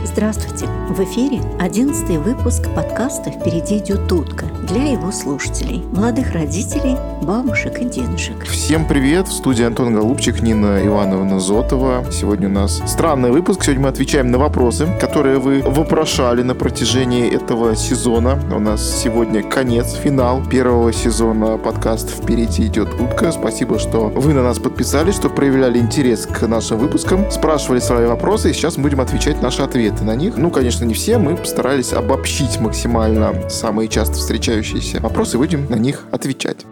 Здравствуйте! В эфире 11-й выпуск подкаста «Впереди идет утка» для его слушателей, молодых родителей, бабушек и дедушек. Всем привет! В студии Антон Голубчик, Нина Ивановна Зотова. Сегодня у нас странный выпуск. Сегодня мы отвечаем на вопросы, которые вы вопрошали на протяжении этого сезона. У нас сегодня конец, финал первого сезона подкаста «Впереди идет утка». Спасибо, что вы на нас подписались, что проявляли интерес к нашим выпускам, спрашивали свои вопросы, и сейчас мы будем отвечать наши ответы на них. Конечно, не все, мы постарались обобщить максимально самые часто встречающиеся вопросы, и будем на них отвечать.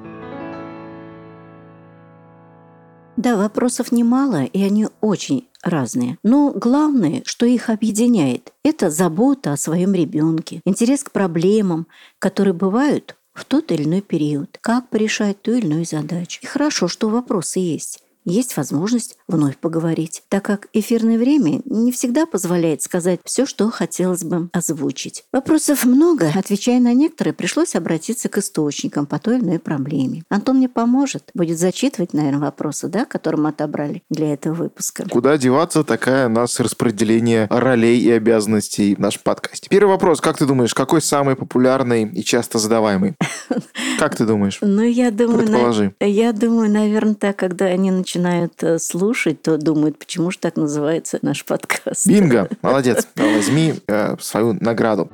Да, вопросов немало, и они очень разные. Но главное, что их объединяет, это забота о своем ребенке, интерес к проблемам, которые бывают в тот или иной период, как порешать ту или иную задачу. И хорошо, что вопросы есть. Есть возможность вновь поговорить, так как эфирное время не всегда позволяет сказать все, что хотелось бы озвучить. Вопросов много. Отвечая на некоторые, пришлось обратиться к источникам по той или иной проблеме. Антон мне поможет. Будет зачитывать, наверное, вопросы, которые мы отобрали для этого выпуска. Куда деваться, такая у нас распределение ролей и обязанностей в нашем подкасте. Первый вопрос. Как ты думаешь, какой самый популярный и часто задаваемый? Как ты думаешь? Предположи. Я думаю, наверное, так, когда они начинают слушать, то думают, почему же так называется наш подкаст. Бинго! Молодец. Возьми свою награду.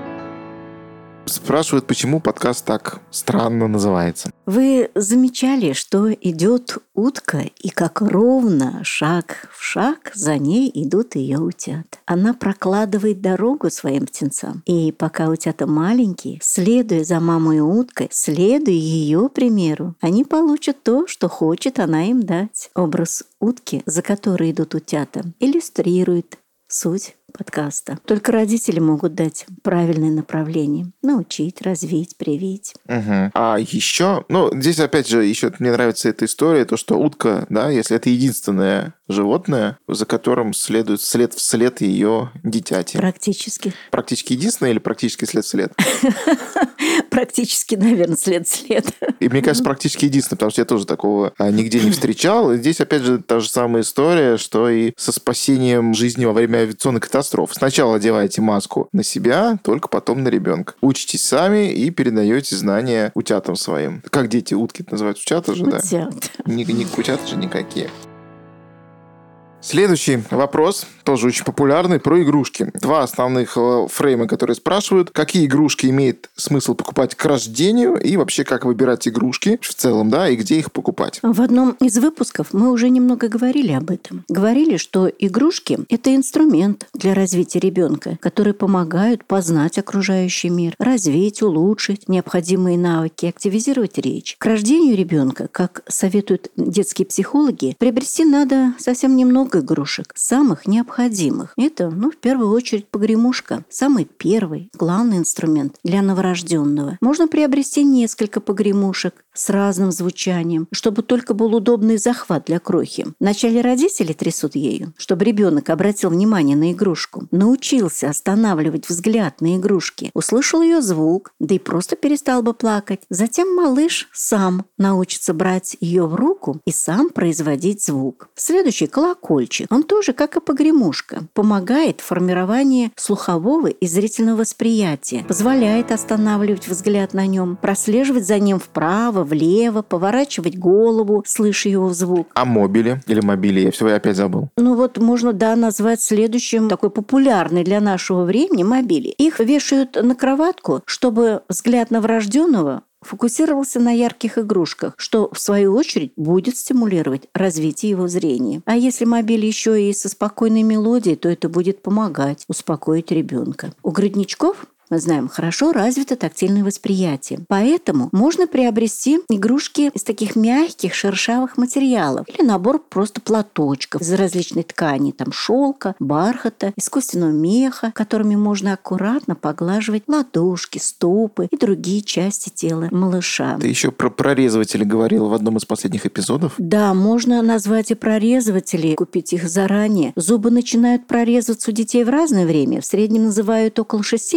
Спрашивают, почему подкаст так странно называется. Вы замечали, что идет утка, и как ровно, шаг в шаг, за ней идут ее утята. Она прокладывает дорогу своим птенцам. И пока утята маленькие, следуя за мамой уткой, следуя ее примеру, они получат то, что хочет она им дать. Образ утки, за которой идут утята, иллюстрирует суть подкаста. Только родители могут дать правильное направление. Научить, развить, привить. Угу. А еще, здесь опять же, еще мне нравится эта история, то, что утка, если это единственное животное, за которым следует след вслед ее дитяти. Практически. Практически единственное или практически след вслед? Практически, наверное, след вслед. И мне кажется, практически единственное, потому что я тоже такого нигде не встречал. И здесь, опять же, та же самая история, что и со спасением жизни во время авиационной катастрофы. Сначала одеваете маску на себя, только потом на ребенка. Учитесь сами и передаете знания утятам своим. Как дети утки называют? Утята же, да? Утята. Не утята же никакие. Следующий вопрос, тоже очень популярный, про игрушки. Два основных фрейма, которые спрашивают, какие игрушки имеет смысл покупать к рождению и вообще как выбирать игрушки в целом, и где их покупать. В одном из выпусков мы уже немного говорили об этом. Говорили, что игрушки – это инструмент для развития ребенка, которые помогают познать окружающий мир, развить, улучшить необходимые навыки, активизировать речь. К рождению ребенка, как советуют детские психологи, приобрести надо совсем немного игрушек, самых необходимых. Это, в первую очередь, погремушка. Самый первый, главный инструмент для новорожденного. Можно приобрести несколько погремушек с разным звучанием, чтобы только был удобный захват для крохи. Вначале родители трясут ею, чтобы ребенок обратил внимание на игрушку, научился останавливать взгляд на игрушки, услышал ее звук, да и просто перестал бы плакать. Затем малыш сам научится брать ее в руку и сам производить звук. Следующий – колокольчик. Он тоже, как и погремушка, помогает в формировании слухового и зрительного восприятия, позволяет останавливать взгляд на нем, прослеживать за ним вправо, влево, поворачивать голову, слыша его звук. А мобили или мобили? Я опять забыл. Можно, назвать следующим такой популярный для нашего времени мобили. Их вешают на кроватку, чтобы взгляд новорожденного фокусировался на ярких игрушках, что, в свою очередь, будет стимулировать развитие его зрения. А если мобиль еще и со спокойной мелодией, то это будет помогать успокоить ребенка. У грудничков, мы знаем, хорошо развито тактильное восприятие. Поэтому можно приобрести игрушки из таких мягких, шершавых материалов или набор просто платочков из различной ткани, шелка, бархата, искусственного меха, которыми можно аккуратно поглаживать ладошки, стопы и другие части тела малыша. Ты еще про прорезыватели говорила в одном из последних эпизодов. Да, можно назвать и прорезыватели, купить их заранее. Зубы начинают прорезываться у детей в разное время. В среднем называют около 6 месяцев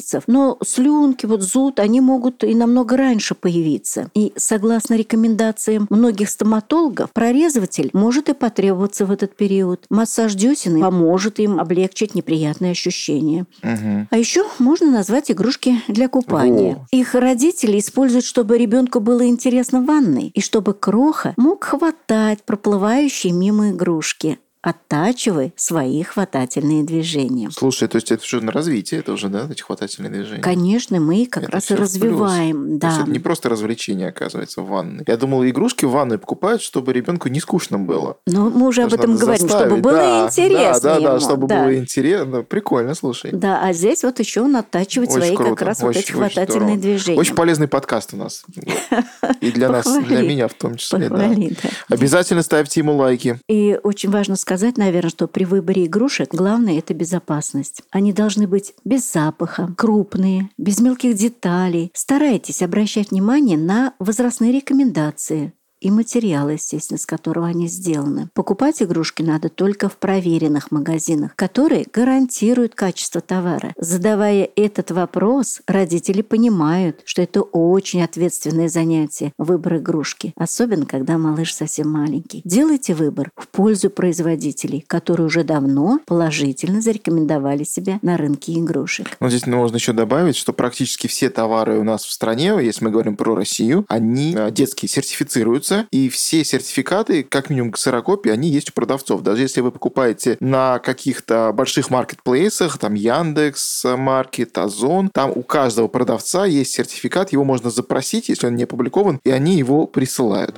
месяцев, но слюнки, зуд, они могут и намного раньше появиться. И согласно рекомендациям многих стоматологов, прорезыватель может и потребоваться в этот период. Массаж десен поможет им облегчить неприятные ощущения. А еще можно назвать игрушки для купания. Их родители используют, чтобы ребенку было интересно в ванной, и чтобы Кроха мог хватать проплывающие мимо игрушки, оттачивай свои хватательные движения. Слушай, то есть это уже на развитие, это уже, да, эти хватательные движения? Конечно, мы их как это раз и развиваем. Да. То есть это не просто развлечение, оказывается, в ванной. Я думал, игрушки в ванной покупают, чтобы ребенку не скучно было. Но мы уже об этом говорим, чтобы было интересно ему. Да, чтобы было интересно. Прикольно, слушай. Да, а здесь еще он оттачивает очень свои круто, как раз вот эти хватательные движения. Очень полезный подкаст у нас. И для нас, для меня в том числе. Похвали, да. Обязательно ставьте ему лайки. И очень важно сказать, наверное, что при выборе игрушек главное – это безопасность. Они должны быть без запаха, крупные, без мелких деталей. Старайтесь обращать внимание на возрастные рекомендации и материалы, естественно, с которого они сделаны. Покупать игрушки надо только в проверенных магазинах, которые гарантируют качество товара. Задавая этот вопрос, родители понимают, что это очень ответственное занятие – выбор игрушки, особенно когда малыш совсем маленький. Делайте выбор в пользу производителей, которые уже давно положительно зарекомендовали себя на рынке игрушек. Но здесь можно еще добавить, что практически все товары у нас в стране, если мы говорим про Россию, они детские, сертифицируются. И все сертификаты, как минимум ксерокопии, они есть у продавцов. Даже если вы покупаете на каких-то больших маркетплейсах, там Яндекс.Маркет, Озон, там у каждого продавца есть сертификат, его можно запросить, если он не опубликован, и они его присылают.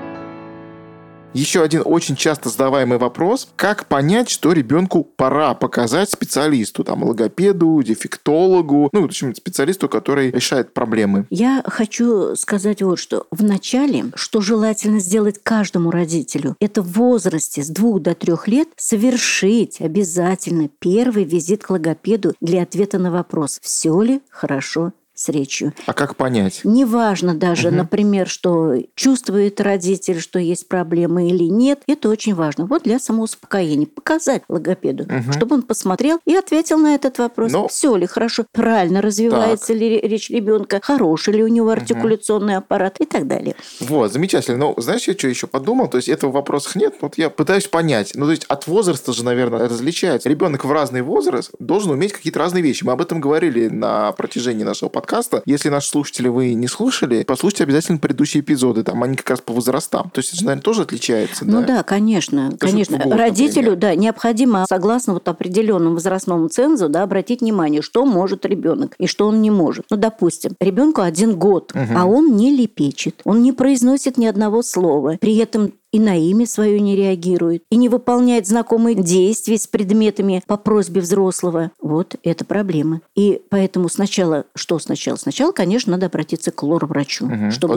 Еще один очень часто задаваемый вопрос: как понять, что ребенку пора показать специалисту, логопеду, дефектологу, в общем, специалисту, который решает проблемы? Я хочу сказать вот что. Вначале, что желательно сделать каждому родителю, это в возрасте с 2 до 3 лет совершить обязательно первый визит к логопеду для ответа на вопрос, все ли хорошо с речью. А как понять? Неважно даже, например, что чувствует родитель, что есть проблемы или нет. Это очень важно. Вот для самоуспокоения. Показать логопеду, чтобы он посмотрел и ответил на этот вопрос. Все ли хорошо, правильно развивается ли речь ребенка, хороший ли у него артикуляционный аппарат и так далее. Вот, замечательно. Но знаешь, я что еще подумал? То есть этого в вопросах нет. Вот я пытаюсь понять. То есть от возраста же, наверное, различается. Ребенок в разный возраст должен уметь какие-то разные вещи. Мы об этом говорили на протяжении нашего подкаста. Если наши слушатели вы не слушали, послушайте обязательно предыдущие эпизоды. Там они как раз по возрастам. То есть это же, наверное, тоже отличается. Да, конечно. Конечно. Родителю, необходимо, согласно определенному возрастному цензу, обратить внимание, что может ребенок и что он не может. Допустим, ребенку 1 год, а он не лепечет, он не произносит ни одного слова. При этом и на имя свое не реагирует, и не выполняет знакомые действия с предметами по просьбе взрослого. Вот это проблема. И поэтому сначала, конечно, надо обратиться к лор-врачу, чтобы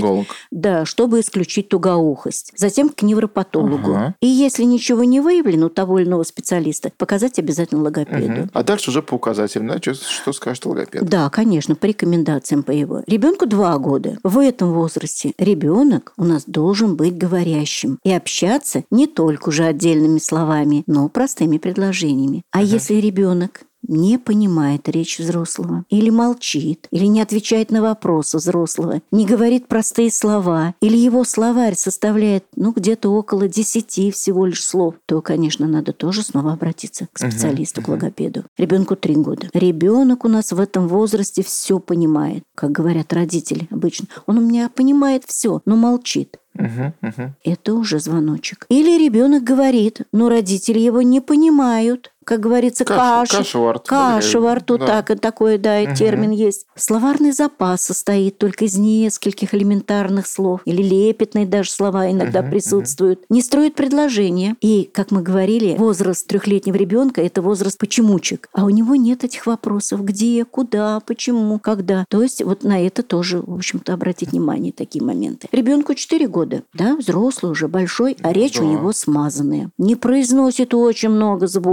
исключить тугоухость. Затем к невропатологу. И если ничего не выявлено у того или иного специалиста, показать обязательно логопеду. А дальше уже по указателям, что скажет логопед? Да, конечно, по рекомендациям по его. Ребенку 2 года. В этом возрасте ребенок у нас должен быть говорящим и общаться не только уже отдельными словами, но простыми предложениями. А если ребенок не понимает речь взрослого, или молчит, или не отвечает на вопросы взрослого, не говорит простые слова, или его словарь составляет где-то около 10 всего лишь слов, то, конечно, надо тоже снова обратиться к специалисту, к логопеду. Ребенку 3 года. Ребенок у нас в этом возрасте все понимает, как говорят родители обычно. Он у меня понимает все, но молчит. Это уже звоночек. Или ребенок говорит, но родители его не понимают. Как говорится, каша во рту, такой термин есть. Словарный запас состоит только из нескольких элементарных слов, или лепетные даже слова иногда присутствуют. Не строит предложения. И, как мы говорили, возраст 3-летнего ребенка – это возраст почемучек. А у него нет этих вопросов: где, куда, почему, когда. То есть вот на это тоже, в общем-то, обратить внимание, такие моменты. Ребенку 4 года, взрослый уже, большой, а речь у него смазанная. Не произносит очень много звуков.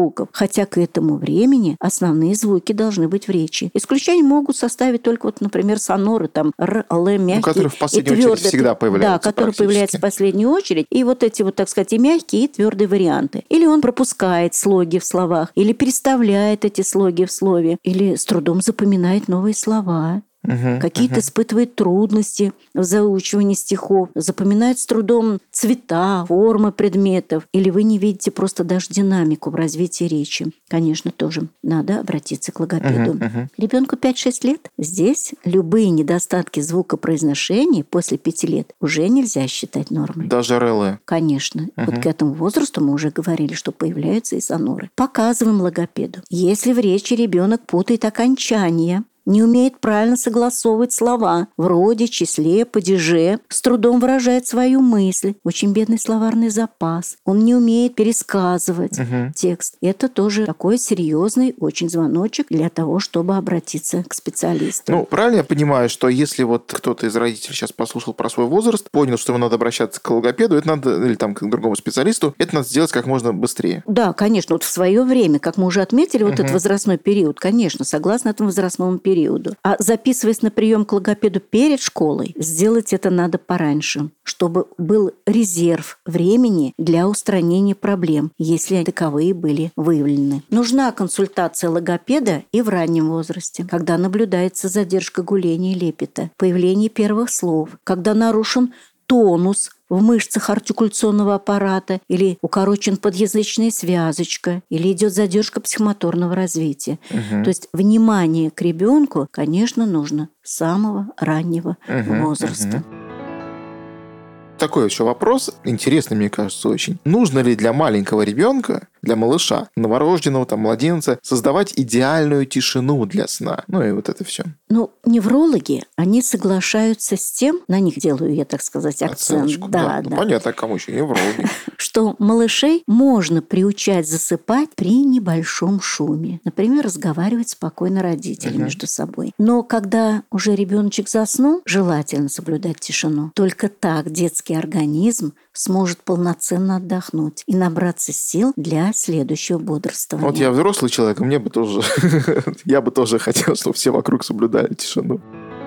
хотя к этому времени основные звуки должны быть в речи. Исключения могут составить только, например, соноры, там р, л, мягкие, которые в последнюю очередь всегда появляются. Да, которые появляются в последнюю очередь. И эти, так сказать, и мягкие, и твердые варианты. Или он пропускает слоги в словах, или переставляет эти слоги в слове, или с трудом запоминает новые слова. Какие-то испытывает трудности в заучивании стихов, запоминает с трудом цвета, формы предметов, или вы не видите просто даже динамику в развитии речи. Конечно, тоже надо обратиться к логопеду. Ребенку 5-6 лет. Здесь любые недостатки звукопроизношения после 5 лет уже нельзя считать нормой. Даже РЛ. Конечно. К этому возрасту мы уже говорили, что появляются и соноры. Показываем логопеду. Если в речи ребенок путает окончания, не умеет правильно согласовывать слова в роде, числе, падеже, с трудом выражает свою мысль, очень бедный словарный запас, он не умеет пересказывать текст. Это тоже такой серьезный очень звоночек для того, чтобы обратиться к специалисту. Правильно я понимаю, что если кто-то из родителей сейчас послушал про свой возраст, понял, что ему надо обращаться к логопеду, это надо, или к другому специалисту, это надо сделать как можно быстрее? Да, конечно. В свое время, как мы уже отметили, этот возрастной период, конечно, согласно этому возрастному периоду. А записываясь на прием к логопеду перед школой, сделать это надо пораньше, чтобы был резерв времени для устранения проблем, если таковые были выявлены. Нужна консультация логопеда и в раннем возрасте, когда наблюдается задержка гуления и лепета, появление первых слов, когда нарушен тонус в мышцах артикуляционного аппарата, или укорочен подъязычная связочка, или идет задержка психомоторного развития. То есть внимание к ребенку, конечно, нужно с самого раннего возраста. Такой еще вопрос, интересный, мне кажется, очень. Нужно ли для маленького ребенка, для малыша, новорожденного, младенца, создавать идеальную тишину для сна? И это все. Неврологи, они соглашаются с тем, на них делаю я, так сказать, акцент. Оценочку, да. Понятно, кому еще неврологи. Что малышей можно приучать засыпать при небольшом шуме. Например, разговаривать спокойно родители между собой. Но когда уже ребеночек заснул, желательно соблюдать тишину. Только так детский организм сможет полноценно отдохнуть и набраться сил для следующего бодрствования. Я взрослый человек, мне бы тоже... Я бы тоже хотел, чтобы все вокруг соблюдали тишину.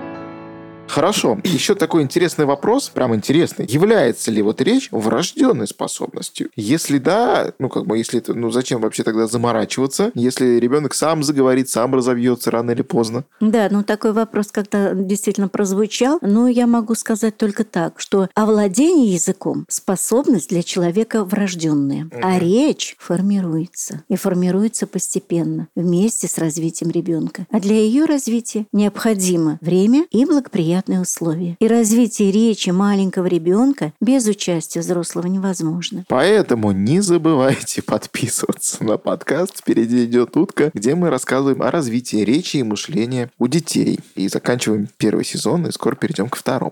Хорошо. Еще такой интересный вопрос, прям интересный. Является ли речь врожденной способностью? Если да, если это, зачем вообще тогда заморачиваться, если ребенок сам заговорит, сам разовьется рано или поздно? Да, такой вопрос, когда действительно прозвучал, я могу сказать только так, что овладение языком – способность для человека врожденная, а речь формируется. И формируется постепенно, вместе с развитием ребенка. А для ее развития необходимо время и благоприятные условия. И развитие речи маленького ребенка без участия взрослого невозможно. Поэтому не забывайте подписываться на подкаст «Впереди идет утка», где мы рассказываем о развитии речи и мышления у детей. И заканчиваем первый сезон, и скоро перейдем к второму.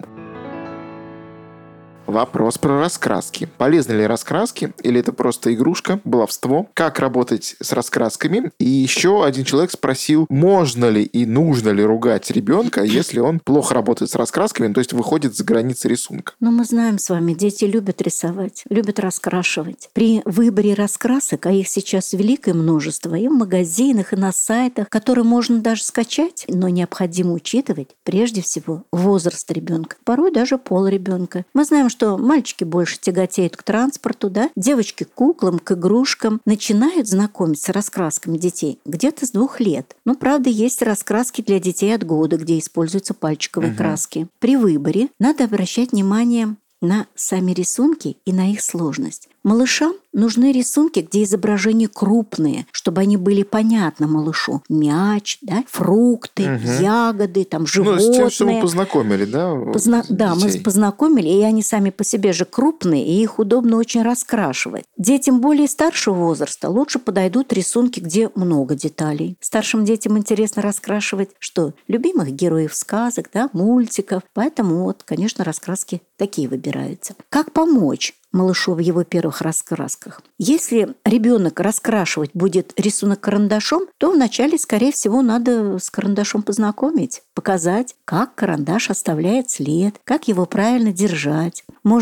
Вопрос про раскраски. Полезны ли раскраски, или это просто игрушка, баловство? Как работать с раскрасками? И еще один человек спросил, можно ли и нужно ли ругать ребенка, если он плохо работает с раскрасками, то есть выходит за границы рисунка. Мы знаем с вами, дети любят рисовать, любят раскрашивать. При выборе раскрасок, а их сейчас великое множество, и в магазинах, и на сайтах, которые можно даже скачать, но необходимо учитывать прежде всего возраст ребенка, порой даже пол ребенка. Мы знаем, что мальчики больше тяготеют к транспорту, девочки к куклам, к игрушкам, начинают знакомиться с раскрасками детей где-то с 2 лет. Правда, есть раскраски для детей от года, где используются пальчиковые краски. При выборе надо обращать внимание на сами рисунки и на их сложность. Малышам нужны рисунки, где изображения крупные, чтобы они были понятны малышу. Мяч, фрукты, ягоды, животные. С тем, что мы познакомили, Да, мы познакомили, и они сами по себе же крупные, и их удобно очень раскрашивать. Детям более старшего возраста лучше подойдут рисунки, где много деталей. Старшим детям интересно раскрашивать что? Любимых героев сказок, мультиков. Поэтому, конечно, раскраски такие выбираются. Как помочь малышу в его первых раскрасках? Если ребенок раскрашивать будет рисунок карандашом, то вначале, скорее всего, надо с карандашом познакомить, показать, как карандаш оставляет след, как его правильно держать. Можно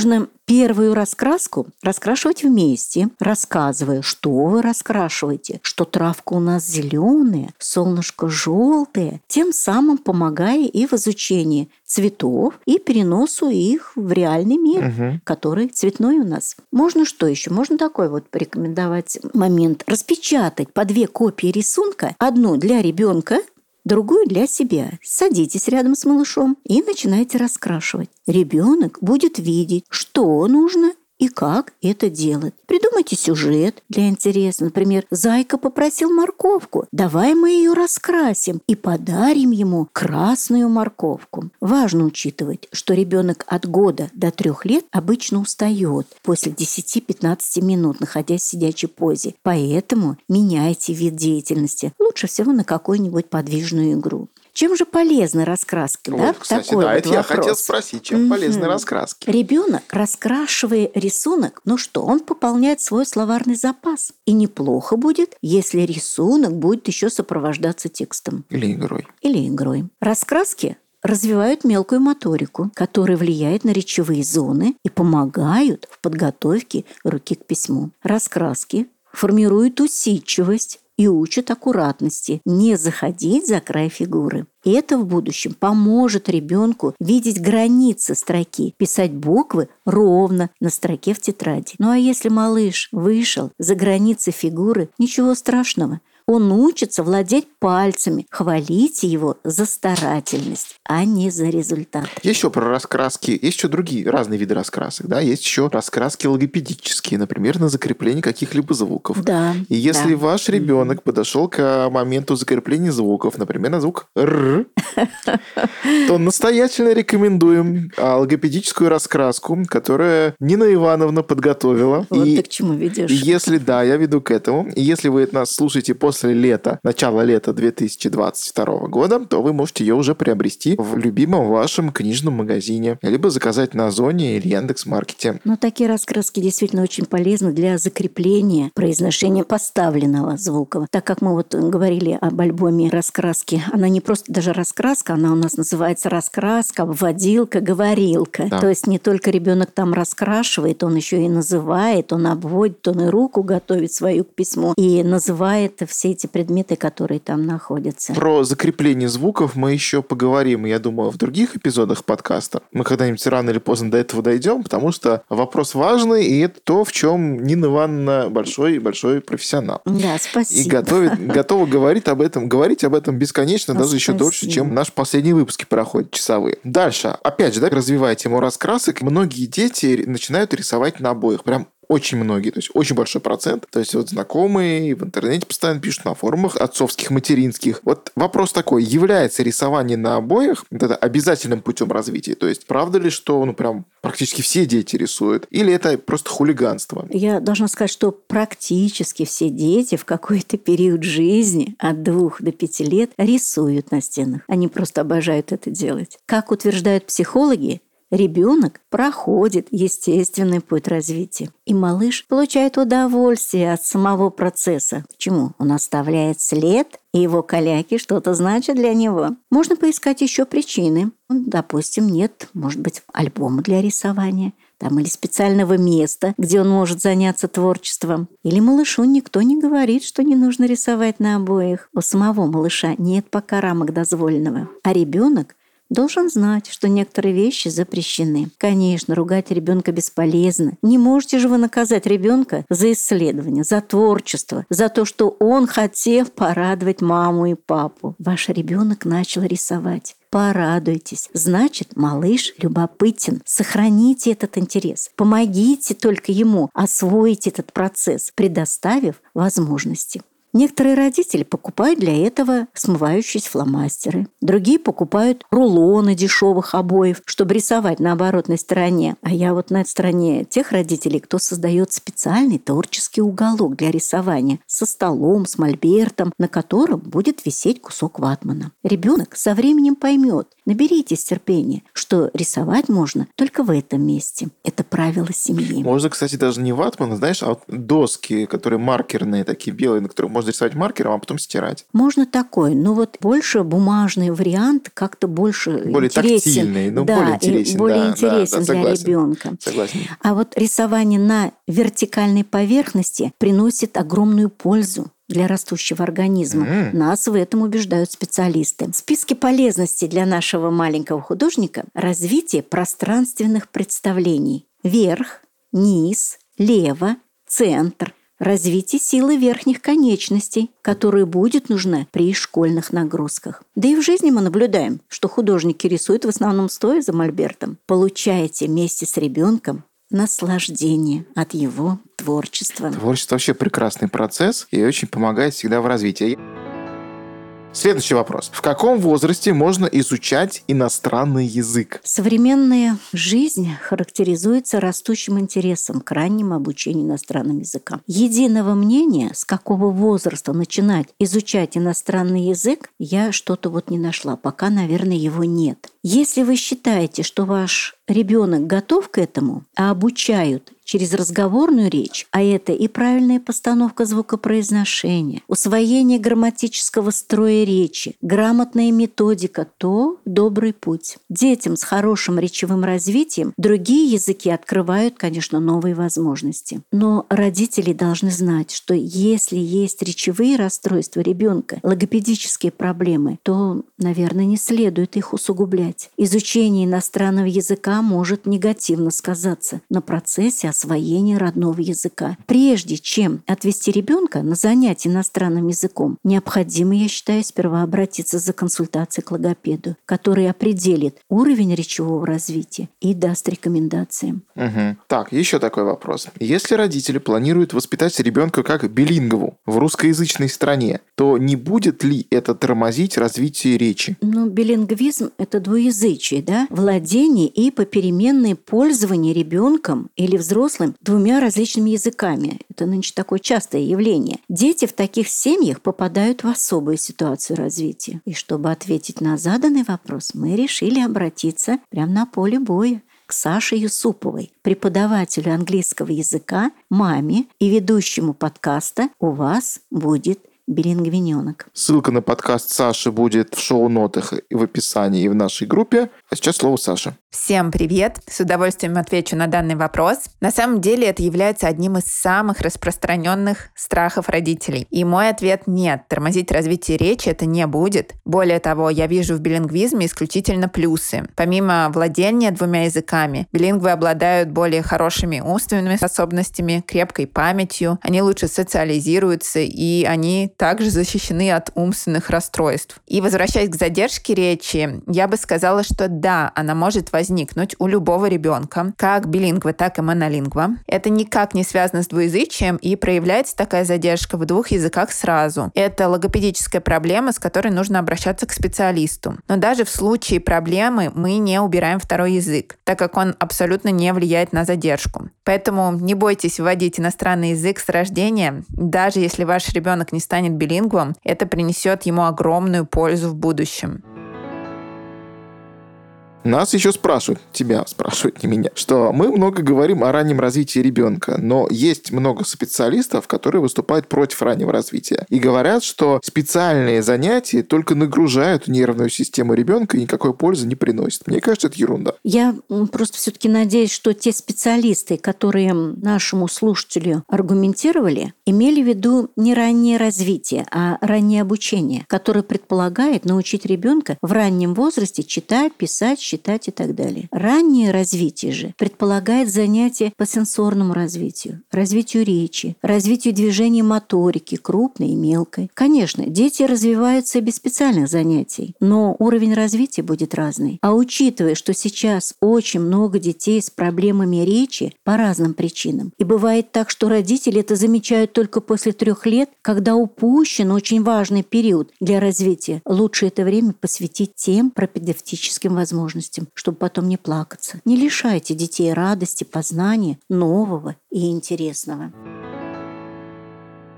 Первую раскраску раскрашивать вместе, рассказывая, что вы раскрашиваете, что травка у нас зеленая, солнышко желтое, тем самым помогая и в изучении цветов, и переносу их в реальный мир, который цветной у нас. Можно что еще? Можно такой вот порекомендовать момент. Распечатать по 2 копии рисунка, одну для ребенка, другую для себя. Садитесь рядом с малышом и начинайте раскрашивать. Ребенок будет видеть, что нужно и как это делать. Придумайте сюжет для интереса. Например, зайка попросил морковку. Давай мы ее раскрасим и подарим ему красную морковку. Важно учитывать, что ребенок от года до 3 лет обычно устает после 10-15 минут, находясь в сидячей позе. Поэтому меняйте вид деятельности. Лучше всего на какую-нибудь подвижную игру. Чем же полезны раскраски? Вот, да? кстати, Такой да, вот это я вопрос. хотел спросить, чем полезны раскраски? Ребенок, раскрашивая рисунок, он пополняет свой словарный запас. И неплохо будет, если рисунок будет еще сопровождаться текстом. Или игрой. Раскраски развивают мелкую моторику, которая влияет на речевые зоны и помогают в подготовке руки к письму. Раскраски формируют усидчивость и учат аккуратности, не заходить за край фигуры. И это в будущем поможет ребенку видеть границы строки, писать буквы ровно на строке в тетради. Ну а если малыш вышел за границы фигуры, ничего страшного. Он учится владеть пальцами. Хвалите его за старательность, а не за результат. Еще про раскраски. Есть еще другие разные виды раскрасок. Да? Есть еще раскраски логопедические, например, на закрепление каких-либо звуков. Да. И если ваш ребенок подошел к моменту закрепления звуков, например, на звук «р», то настоятельно рекомендуем логопедическую раскраску, которую Нина Ивановна подготовила. Вот ты к чему ведешь. И если, да, я веду к этому. И если вы нас слушаете после начала лета 2022 года, то вы можете ее уже приобрести в любимом вашем книжном магазине, либо заказать на Озоне или Яндекс.Маркете. Но такие раскраски действительно очень полезны для закрепления произношения поставленного звука. Так как мы вот говорили об альбоме раскраски, она не просто даже раскраска, она у нас называется раскраска, вводилка, говорилка. Да. То есть не только ребенок там раскрашивает, он еще и называет, он обводит, он и руку готовит свою к письму и называет все эти предметы, которые там находятся. Про закрепление звуков мы еще поговорим, я думаю, в других эпизодах подкаста. Мы когда-нибудь рано или поздно до этого дойдем, потому что вопрос важный, и это то, в чем Нина Ивановна большой профессионал. Да, спасибо. И готова говорить об этом бесконечно, даже еще дольше, чем наши последние выпуски проходят, часовые. Дальше, опять же, развивая тему раскрасок, многие дети начинают рисовать на обоях. Прям очень многие, то есть очень большой процент. То есть вот знакомые в интернете постоянно пишут, на форумах отцовских, материнских. Вот вопрос такой, является рисование на обоях вот это обязательным путем развития? То есть правда ли, что прям практически все дети рисуют? Или это просто хулиганство? Я должна сказать, что практически все дети в какой-то период жизни от 2 до 5 лет рисуют на стенах. Они просто обожают это делать. Как утверждают психологи, ребенок проходит естественный путь развития. И малыш получает удовольствие от самого процесса. Почему? Он оставляет след, и его каляки что-то значат для него. Можно поискать еще причины. Допустим, нет, может быть, альбома для рисования. Или специального места, где он может заняться творчеством. Или малышу никто не говорит, что не нужно рисовать на обоях. У самого малыша нет пока рамок дозволенного. А ребенок должен знать, что некоторые вещи запрещены. Конечно, ругать ребенка бесполезно. Не можете же вы наказать ребенка за исследование, за творчество, за то, что он хотел порадовать маму и папу. Ваш ребенок начал рисовать. Порадуйтесь. Значит, малыш любопытен. Сохраните этот интерес. Помогите только ему освоить этот процесс, предоставив возможности. Некоторые родители покупают для этого смывающиеся фломастеры. Другие покупают рулоны дешевых обоев, чтобы рисовать на оборотной стороне. А я на стороне тех родителей, кто создает специальный творческий уголок для рисования со столом, с мольбертом, на котором будет висеть кусок ватмана. Ребенок со временем поймет, наберитесь терпения, что рисовать можно только в этом месте. Это правило семьи. Можно, кстати, даже не ватман, а доски, которые маркерные, такие белые, на которых можно можно рисовать маркером, а потом стирать. Можно такой, но вот больше бумажный вариант как-то более тактильный, более интересен. Более интересен для ребенка. Согласен. А вот рисование на вертикальной поверхности приносит огромную пользу для растущего организма. Нас в этом убеждают специалисты. В списке полезностей для нашего маленького художника развитие пространственных представлений. Верх, низ, лево, центр. Развитие силы верхних конечностей, которая будет нужна при школьных нагрузках. Да и в жизни мы наблюдаем, что художники рисуют в основном стоя за мольбертом. Получаете вместе с ребенком наслаждение от его творчества. Творчество вообще прекрасный процесс и очень помогает всегда в развитии. Следующий вопрос. В каком возрасте можно изучать иностранный язык? Современная жизнь характеризуется растущим интересом к раннему обучению иностранным языкам. Единого мнения, с какого возраста начинать изучать иностранный язык, я что-то не нашла. Пока, наверное, его нет. Если вы считаете, что ваш ребенок готов к этому, а обучают через разговорную речь, а это и правильная постановка звукопроизношения, усвоение грамматического строя речи, грамотная методика, то добрый путь. Детям с хорошим речевым развитием другие языки открывают, конечно, новые возможности. Но родители должны знать, что если есть речевые расстройства ребенка, логопедические проблемы, то, наверное, не следует их усугублять. Изучение иностранного языка может негативно сказаться на процессе освоения родного языка. Прежде чем отвести ребенка на занятия иностранным языком, необходимо, я считаю, сперва обратиться за консультацией к логопеду, который определит уровень речевого развития и даст рекомендации. Так, еще такой вопрос. Если родители планируют воспитать ребенка как билингву в русскоязычной стране, то не будет ли это тормозить развитие речи? Билингвизм – это двуязычие, да? Владение и попеременное пользование ребенком или взрослым двумя различными языками. Это нынче такое частое явление. Дети в таких семьях попадают в особую ситуацию развития. И чтобы ответить на заданный вопрос, мы решили обратиться прямо на поле боя к Саше Юсуповой, преподавателю английского языка, маме и ведущему подкаста «У вас будет билингвиненок». Ссылка на подкаст Саши будет в шоу-нотах и в описании и в нашей группе. А сейчас слово Саше. Всем привет! С удовольствием отвечу на данный вопрос. На самом деле это является одним из самых распространенных страхов родителей. И мой ответ – нет, тормозить развитие речи это не будет. Более того, я вижу в билингвизме исключительно плюсы. Помимо владения двумя языками, билингвы обладают более хорошими умственными способностями, крепкой памятью, они лучше социализируются и они также защищены от умственных расстройств. И возвращаясь к задержке речи, я бы сказала, что да, она может возникнуть у любого ребенка, как билингва, так и монолингва. Это никак не связано с двуязычием, и проявляется такая задержка в двух языках сразу. Это логопедическая проблема, с которой нужно обращаться к специалисту. Но даже в случае проблемы мы не убираем второй язык, так как он абсолютно не влияет на задержку. Поэтому не бойтесь вводить иностранный язык с рождения. Даже если ваш ребенок не станет билингвом, это принесет ему огромную пользу в будущем. Нас еще спрашивают, тебя спрашивают, не меня, что мы много говорим о раннем развитии ребенка, но есть много специалистов, которые выступают против раннего развития. И говорят, что специальные занятия только нагружают нервную систему ребенка и никакой пользы не приносят. Мне кажется, это ерунда. Я просто все-таки надеюсь, что те специалисты, которые нашему слушателю аргументировали, имели в виду не раннее развитие, а раннее обучение, которое предполагает научить ребенка в раннем возрасте читать, писать, считать и так далее. Раннее развитие же предполагает занятия по сенсорному развитию речи, развитию движения моторики, крупной и мелкой. Конечно, дети развиваются без специальных занятий, но уровень развития будет разный. А учитывая, что сейчас очень много детей с проблемами речи по разным причинам, и бывает так, что родители это замечают только после 3 лет, когда упущен очень важный период для развития, лучше это время посвятить тем пропедевтическим возможностям, чтобы потом не плакаться. Не лишайте детей радости, познания нового и интересного.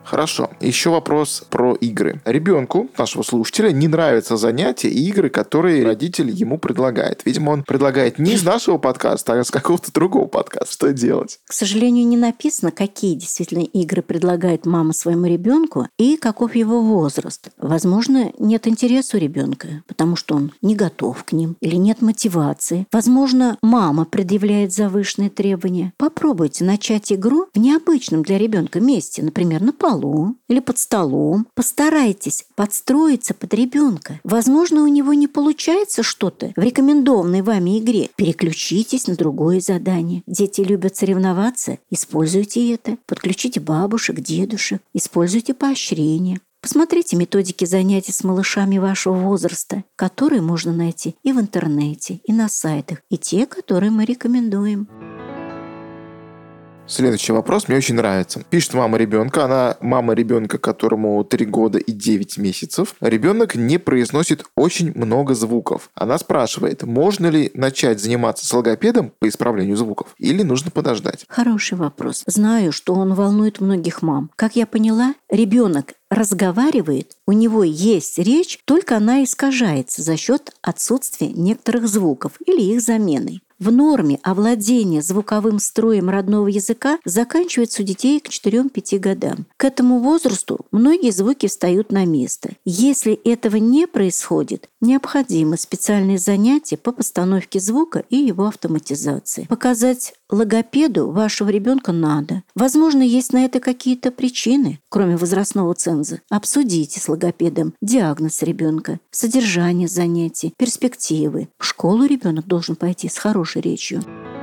Хорошо. Еще вопрос про игры. Ребенку, нашего слушателя, не нравятся занятия и игры, которые родитель ему предлагает. Видимо, он предлагает не из нашего подкаста, а из какого-то другого подкаста. Что делать? К сожалению, не написано, какие действительно игры предлагает мама своему ребенку и каков его возраст. Возможно, нет интереса у ребенка, потому что он не готов к ним или нет мотивации. Возможно, мама предъявляет завышенные требования. Попробуйте начать игру в необычном для ребенка месте, например, на полу или под столом. Постарайтесь подстроиться под ребенка. Возможно, у него не получается что-то в рекомендованной вами игре. Переключитесь на другое задание. Дети любят соревноваться. Используйте это. Подключите бабушек, дедушек. Используйте поощрение. Посмотрите методики занятий с малышами вашего возраста, которые можно найти и в интернете, и на сайтах, и те, которые мы рекомендуем. Следующий вопрос мне очень нравится. Пишет мама ребенка. Она мама ребенка, которому 3 года и 9 месяцев. Ребенок не произносит очень много звуков. Она спрашивает, можно ли начать заниматься с логопедом по исправлению звуков или нужно подождать? Хороший вопрос. Знаю, что он волнует многих мам. Как я поняла, ребенок разговаривает, у него есть речь, только она искажается за счет отсутствия некоторых звуков или их замены. В норме овладение звуковым строем родного языка заканчивается у детей к 4-5 годам. К этому возрасту многие звуки встают на место. Если этого не происходит, необходимы специальные занятия по постановке звука и его автоматизации. Показать логопеду вашего ребенка надо. Возможно, есть на это какие-то причины, кроме возрастного ценза. Обсудите с логопедом диагноз ребенка, содержание занятий, перспективы. В школу ребенок должен пойти с хорошей речью.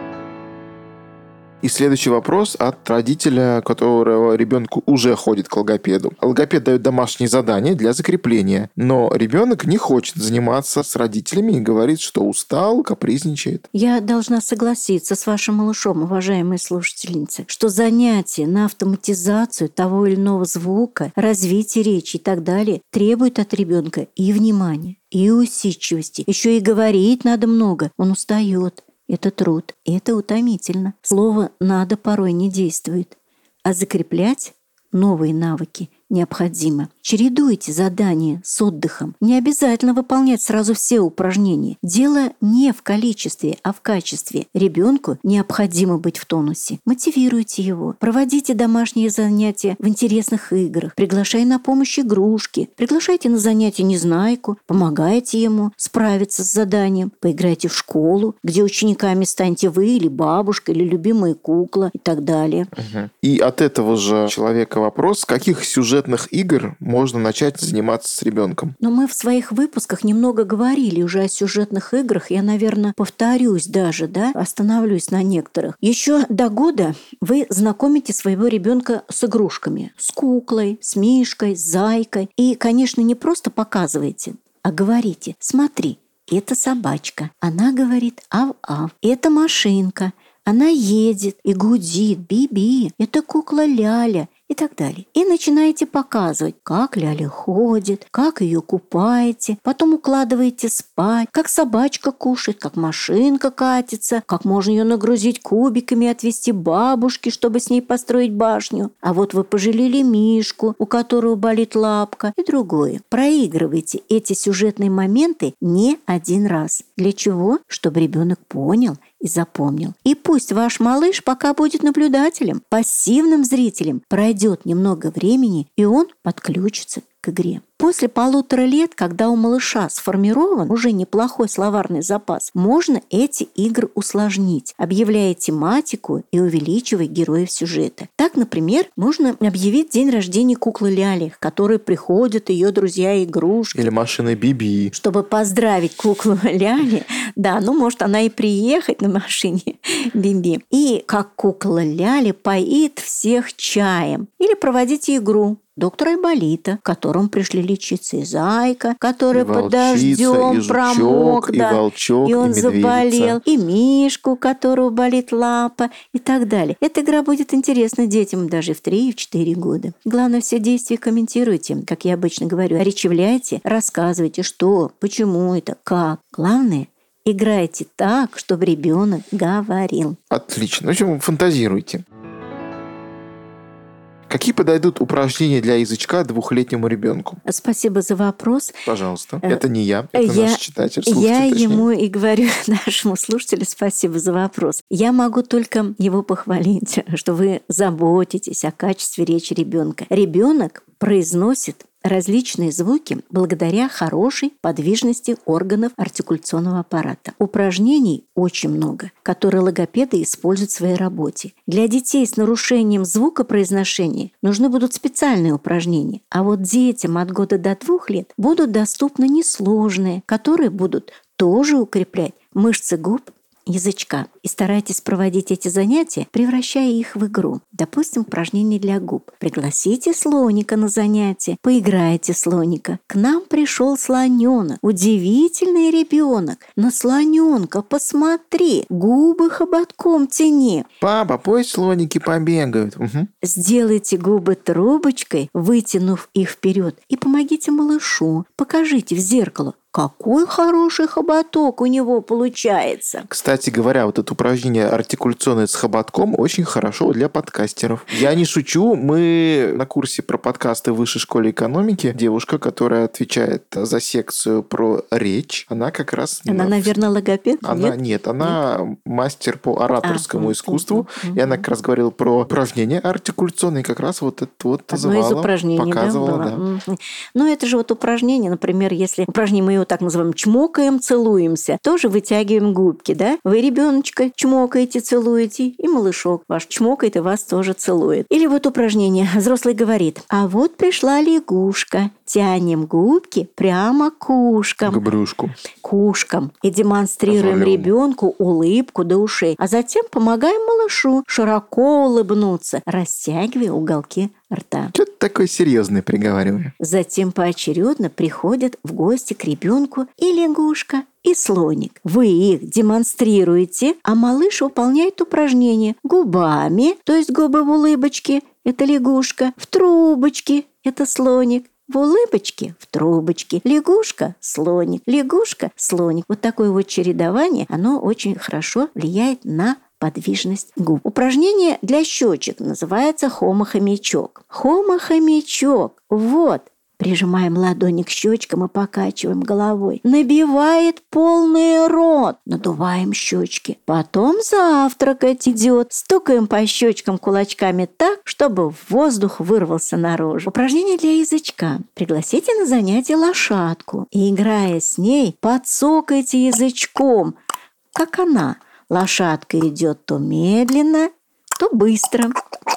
И следующий вопрос от родителя, которого ребенку уже ходит к логопеду. Логопед дает домашние задания для закрепления, но ребенок не хочет заниматься с родителями и говорит, что устал, капризничает. Я должна согласиться с вашим малышом, уважаемые слушательницы, что занятия на автоматизацию того или иного звука, развитие речи и так далее требуют от ребенка и внимания, и усидчивости. Еще и говорить надо много, он устает. Это труд, и это утомительно. Слово «надо» порой не действует. А закреплять новые навыки необходимо. Чередуйте задания с отдыхом. Не обязательно выполнять сразу все упражнения. Дело не в количестве, а в качестве. Ребенку необходимо быть в тонусе. Мотивируйте его. Проводите домашние занятия в интересных играх. Приглашайте на помощь игрушки. Приглашайте на занятия незнайку. Помогайте ему справиться с заданием. Поиграйте в школу, где учениками станете вы или бабушка, или любимая кукла и так далее. И от этого же человека вопрос, с каких сюжетных игр можно начать заниматься с ребенком? Но мы в своих выпусках немного говорили уже о сюжетных играх. Я, наверное, повторюсь даже, остановлюсь на некоторых. Еще до года вы знакомите своего ребенка с игрушками. С куклой, с мишкой, с зайкой. И, конечно, не просто показываете, а говорите: смотри, это собачка. Она говорит ав-ав. Это машинка. Она едет и гудит, би-би. Это кукла Ляля. И так далее. И начинаете показывать, как Ляля ходит, как ее купаете, потом укладываете спать, как собачка кушает, как машинка катится, как можно ее нагрузить кубиками и отвезти бабушке, чтобы с ней построить башню. А вот вы пожалели мишку, у которого болит лапка, и другое. Проигрывайте эти сюжетные моменты не один раз. Для чего? Чтобы ребенок понял и запомнил. И пусть ваш малыш пока будет наблюдателем, пассивным зрителем. Пройдет немного времени, и он подключится к игре. После 1,5 лет, когда у малыша сформирован уже неплохой словарный запас, можно эти игры усложнить, объявляя тематику и увеличивая героев сюжета. Так, например, можно объявить день рождения куклы Ляли, к которой приходят ее друзья-игрушки. Или машины Биби. Чтобы поздравить куклу Ляли, может она и приехать на машине Биби. И как кукла Ляли поит всех чаем. Или проводите игру доктора Айболита, к которому пришли лечиться и зайка, который под дождем промок, и волчок, и он и медведица. заболел, и мишку, у которого болит лапа, и так далее. Эта игра будет интересна детям даже в 3 и в 4 года. Главное, все действия комментируйте, как я обычно говорю, оречевляйте, рассказывайте, что, почему это, как. Главное, играйте так, чтобы ребенок говорил. Отлично. В общем, фантазируйте. Какие подойдут упражнения для язычка 2-летнему ребенку? Спасибо за вопрос. Пожалуйста. Это не я, это наш читатель, слушатель, Я точнее. ему и говорю, нашему слушателю, спасибо за вопрос. Я могу только его похвалить, что вы заботитесь о качестве речи ребенка. Ребенок произносит различные звуки благодаря хорошей подвижности органов артикуляционного аппарата. Упражнений очень много, которые логопеды используют в своей работе. Для детей с нарушением звукопроизношения нужны будут специальные упражнения, а вот детям от года до 2 лет будут доступны несложные, которые будут тоже укреплять мышцы губ, язычка. И старайтесь проводить эти занятия, превращая их в игру. Допустим, упражнение для губ. Пригласите слоника на занятие, поиграйте слоника. К нам пришел слоненок, удивительный ребенок. На слоненка посмотри, губы хоботком тяни. Папа, пусть слоники побегают. Угу. Сделайте губы трубочкой, вытянув их вперед, и помогите малышу. Покажите в зеркало, какой хороший хоботок у него получается. Кстати говоря, вот это упражнение артикуляционное с хоботком очень хорошо для подкастеров. Я не шучу, мы на курсе про подкасты в Высшей школе экономики. Девушка, которая отвечает за секцию про речь, она как раз... Она, наверное, логопед? Нет, она мастер по ораторскому искусству. И она как раз говорила про упражнения артикуляционные, и как раз вот это вот одно из упражнений, показывала. Да. Ну, это же вот упражнение, например, если упражнение мы его так называем чмокаем, целуемся, тоже вытягиваем губки, да? Вы ребеночка чмокаете, целуете, и малышок ваш чмокает и вас тоже целует. Или вот упражнение. Взрослый говорит: а вот пришла лягушка. Тянем губки прямо к ушкам. К брюшку. К ушкам. И демонстрируем ребенку улыбку до ушей. А затем помогаем малышу широко улыбнуться, растягивая уголки рта. Что-то такое серьезное приговариваю. Затем поочередно приходят в гости к ребенку и лягушка, и слоник. Вы их демонстрируете, а малыш выполняет упражнение губами, то есть губы в улыбочке – это лягушка, в трубочке – это слоник. В улыбочке, в трубочке. Лягушка, слоник. Лягушка, слоник. Вот такое вот чередование, оно очень хорошо влияет на подвижность губ. Упражнение для щечек называется хомохомячок. Хомохомячок. Вот. Прижимаем ладони к щечкам и покачиваем головой. Набивает полный рот. Надуваем щечки. Потом завтракать идет. Стукаем по щечкам кулачками так, чтобы воздух вырвался наружу. Упражнение для язычка. Пригласите на занятие лошадку. И, играя с ней, подсокайте язычком, как она. Лошадка идет то медленно, то быстро.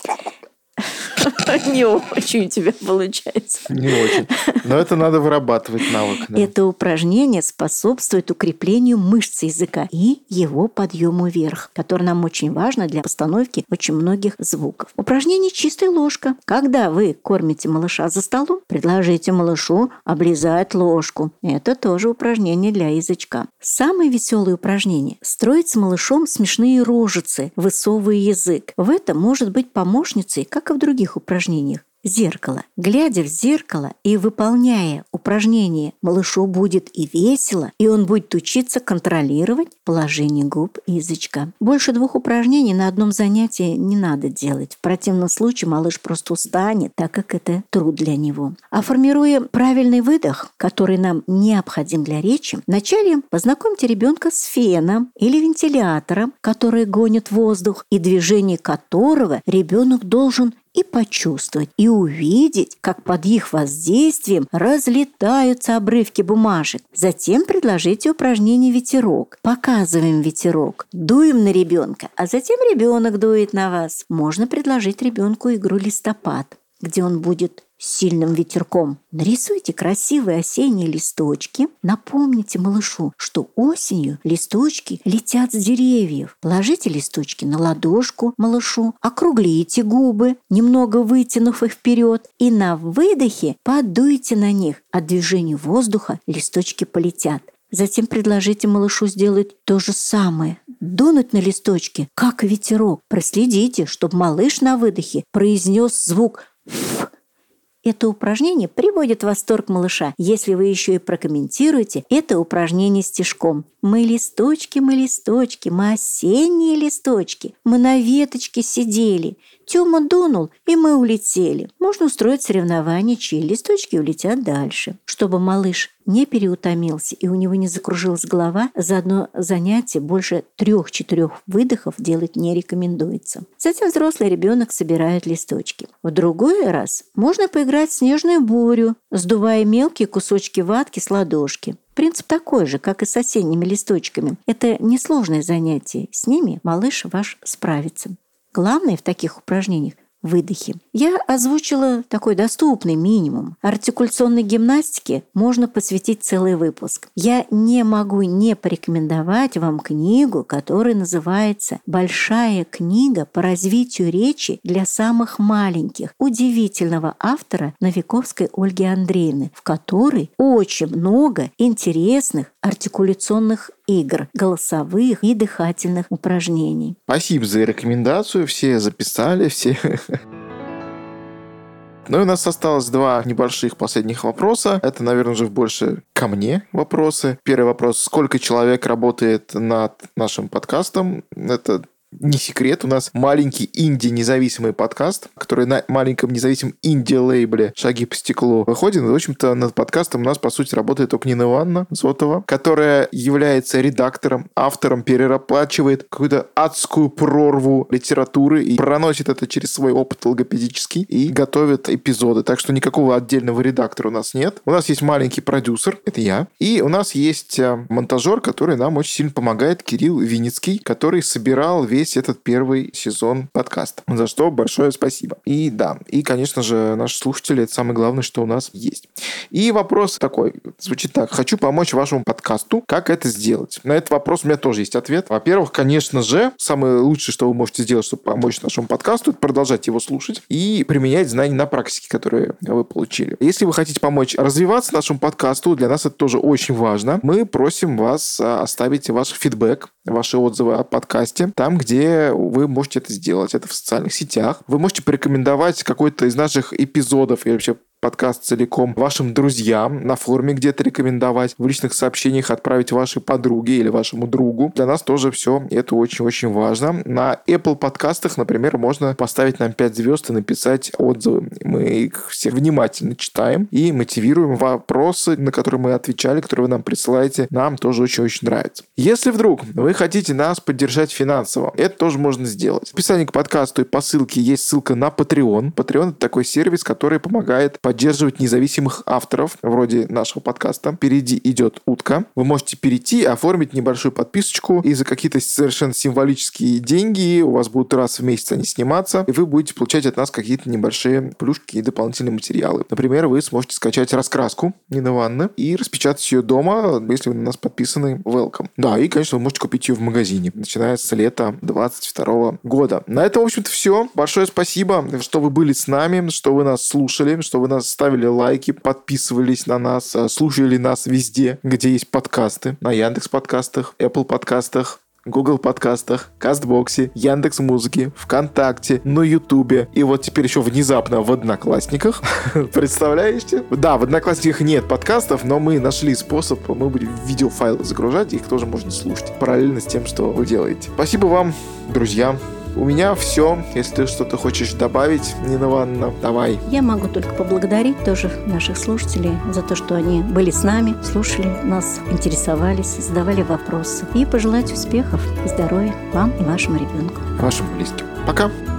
Не очень у тебя получается. Не очень. Но это надо вырабатывать навык. Да. Это упражнение способствует укреплению мышц языка и его подъему вверх, который нам очень важно для постановки очень многих звуков. Упражнение «Чистая ложка». Когда вы кормите малыша за столом, предложите малышу облизать ложку. Это тоже упражнение для язычка. Самое веселое упражнение – строить с малышом смешные рожицы, высовывая язык. В этом может быть помощницей, как и в других упражнениях. Зеркало. Глядя в зеркало и выполняя упражнение, малышу будет и весело, и он будет учиться контролировать положение губ и язычка. Больше 2 упражнений на одном занятии не надо делать. В противном случае малыш просто устанет, так как это труд для него. А формируя правильный выдох, который нам необходим для речи, вначале познакомьте ребенка с феном или вентилятором, который гонит воздух, и движение которого ребенок должен и почувствовать, и увидеть, как под их воздействием разлетаются обрывки бумажек. Затем предложите упражнение «Ветерок». Показываем ветерок, дуем на ребенка, а затем ребенок дует на вас. Можно предложить ребенку игру «Листопад», где он будет сильным ветерком. Нарисуйте красивые осенние листочки. Напомните малышу, что осенью листочки летят с деревьев. Положите листочки на ладошку малышу, округлите губы, немного вытянув их вперед, и на выдохе подуйте на них. От движения воздуха листочки полетят. Затем предложите малышу сделать то же самое. Дунуть на листочки, как ветерок. Проследите, чтобы малыш на выдохе произнес звук «ф». Это упражнение приводит в восторг малыша, если вы еще и прокомментируете это упражнение стишком. Мы листочки, мы осенние листочки, мы на веточке сидели. Тёма дунул, и мы улетели. Можно устроить соревнование, чьи листочки улетят дальше. Чтобы малыш не переутомился и у него не закружилась голова, за одно занятие больше 3-4 выдохов делать не рекомендуется. Затем взрослый ребенок собирает листочки. В другой раз можно поиграть в снежную бурю, сдувая мелкие кусочки ватки с ладошки. Принцип такой же, как и с осенними листочками. Это несложное занятие. С ними малыш ваш справится. Главное в таких упражнениях – выдохи. Я озвучила такой доступный минимум. Артикуляционной гимнастике можно посвятить целый выпуск. Я не могу не порекомендовать вам книгу, которая называется «Большая книга по развитию речи для самых маленьких» удивительного автора Новиковской Ольги Андреевны, в которой очень много интересных артикуляционных игр, голосовых и дыхательных упражнений. Спасибо за рекомендацию. Все записали, все. Ну и у нас осталось 2 небольших последних вопроса. Это, наверное, уже больше ко мне вопросы. Первый вопрос. Сколько человек работает над нашим подкастом? Это не секрет, у нас маленький инди-независимый подкаст, который на маленьком независимом инди-лейбле «Шаги по стеклу» выходит. В общем-то, над подкастом у нас, по сути, работает только Нина Ивановна Зотова, которая является редактором, автором, перерабатывает какую-то адскую прорву литературы и проносит это через свой опыт логопедический и готовит эпизоды. Так что никакого отдельного редактора у нас нет. У нас есть маленький продюсер, это я, и у нас есть монтажер, который нам очень сильно помогает, Кирилл Винницкий, который собирал весь этот первый сезон подкаста. За что большое спасибо. И да, и, конечно же, наши слушатели — это самое главное, что у нас есть. И вопрос такой, звучит так. Хочу помочь вашему подкасту. Как это сделать? На этот вопрос у меня тоже есть ответ. Во-первых, конечно же, самое лучшее, что вы можете сделать, чтобы помочь нашему подкасту, это продолжать его слушать и применять знания на практике, которые вы получили. Если вы хотите помочь развиваться нашему подкасту, для нас это тоже очень важно. Мы просим вас оставить ваш фидбэк, ваши отзывы о подкасте там, где вы можете это сделать. Это в социальных сетях. Вы можете порекомендовать какой-то из наших эпизодов или вообще подкаст целиком вашим друзьям, на форуме где-то рекомендовать, в личных сообщениях отправить вашей подруге или вашему другу. Для нас тоже все это очень-очень важно. На Apple подкастах, например, можно поставить нам 5 звезд и написать отзывы. Мы их все внимательно читаем и мотивируем. Вопросы, на которые мы отвечали, которые вы нам присылаете, нам тоже очень-очень нравятся. Если вдруг вы хотите нас поддержать финансово, это тоже можно сделать. В описании к подкасту и по ссылке есть ссылка на Patreon. Patreon — это такой сервис, который помогает поддерживать независимых авторов, вроде нашего подкаста. Впереди идет утка. Вы можете перейти, оформить небольшую подписочку, и за какие-то совершенно символические деньги у вас будут раз в месяц они сниматься, и вы будете получать от нас какие-то небольшие плюшки и дополнительные материалы. Например, вы сможете скачать раскраску Нины Ивановны и распечатать ее дома, если вы на нас подписаны. Welcome. Да, и, конечно, вы можете купить ее в магазине, начиная с лета 2022 года. На этом, в общем-то, все. Большое спасибо, что вы были с нами, что вы нас слушали, что вы нас ставили лайки, подписывались на нас, слушали нас везде, где есть подкасты. На Яндекс.Подкастах, Apple подкастах, Google подкастах, Кастбоксе, Яндекс.Музыке, ВКонтакте, на Ютубе. И вот теперь еще внезапно в Одноклассниках. Представляете? Да, в Одноклассниках нет подкастов, но мы нашли способ. Мы будем видеофайлы загружать, их тоже можно слушать параллельно с тем, что вы делаете. Спасибо вам, друзья. У меня все. Если ты что-то хочешь добавить, Нина Ивановна, давай. Я могу только поблагодарить тоже наших слушателей за то, что они были с нами, слушали нас, интересовались, задавали вопросы. И пожелать успехов и здоровья вам и вашему ребенку. Вашим близким. Пока.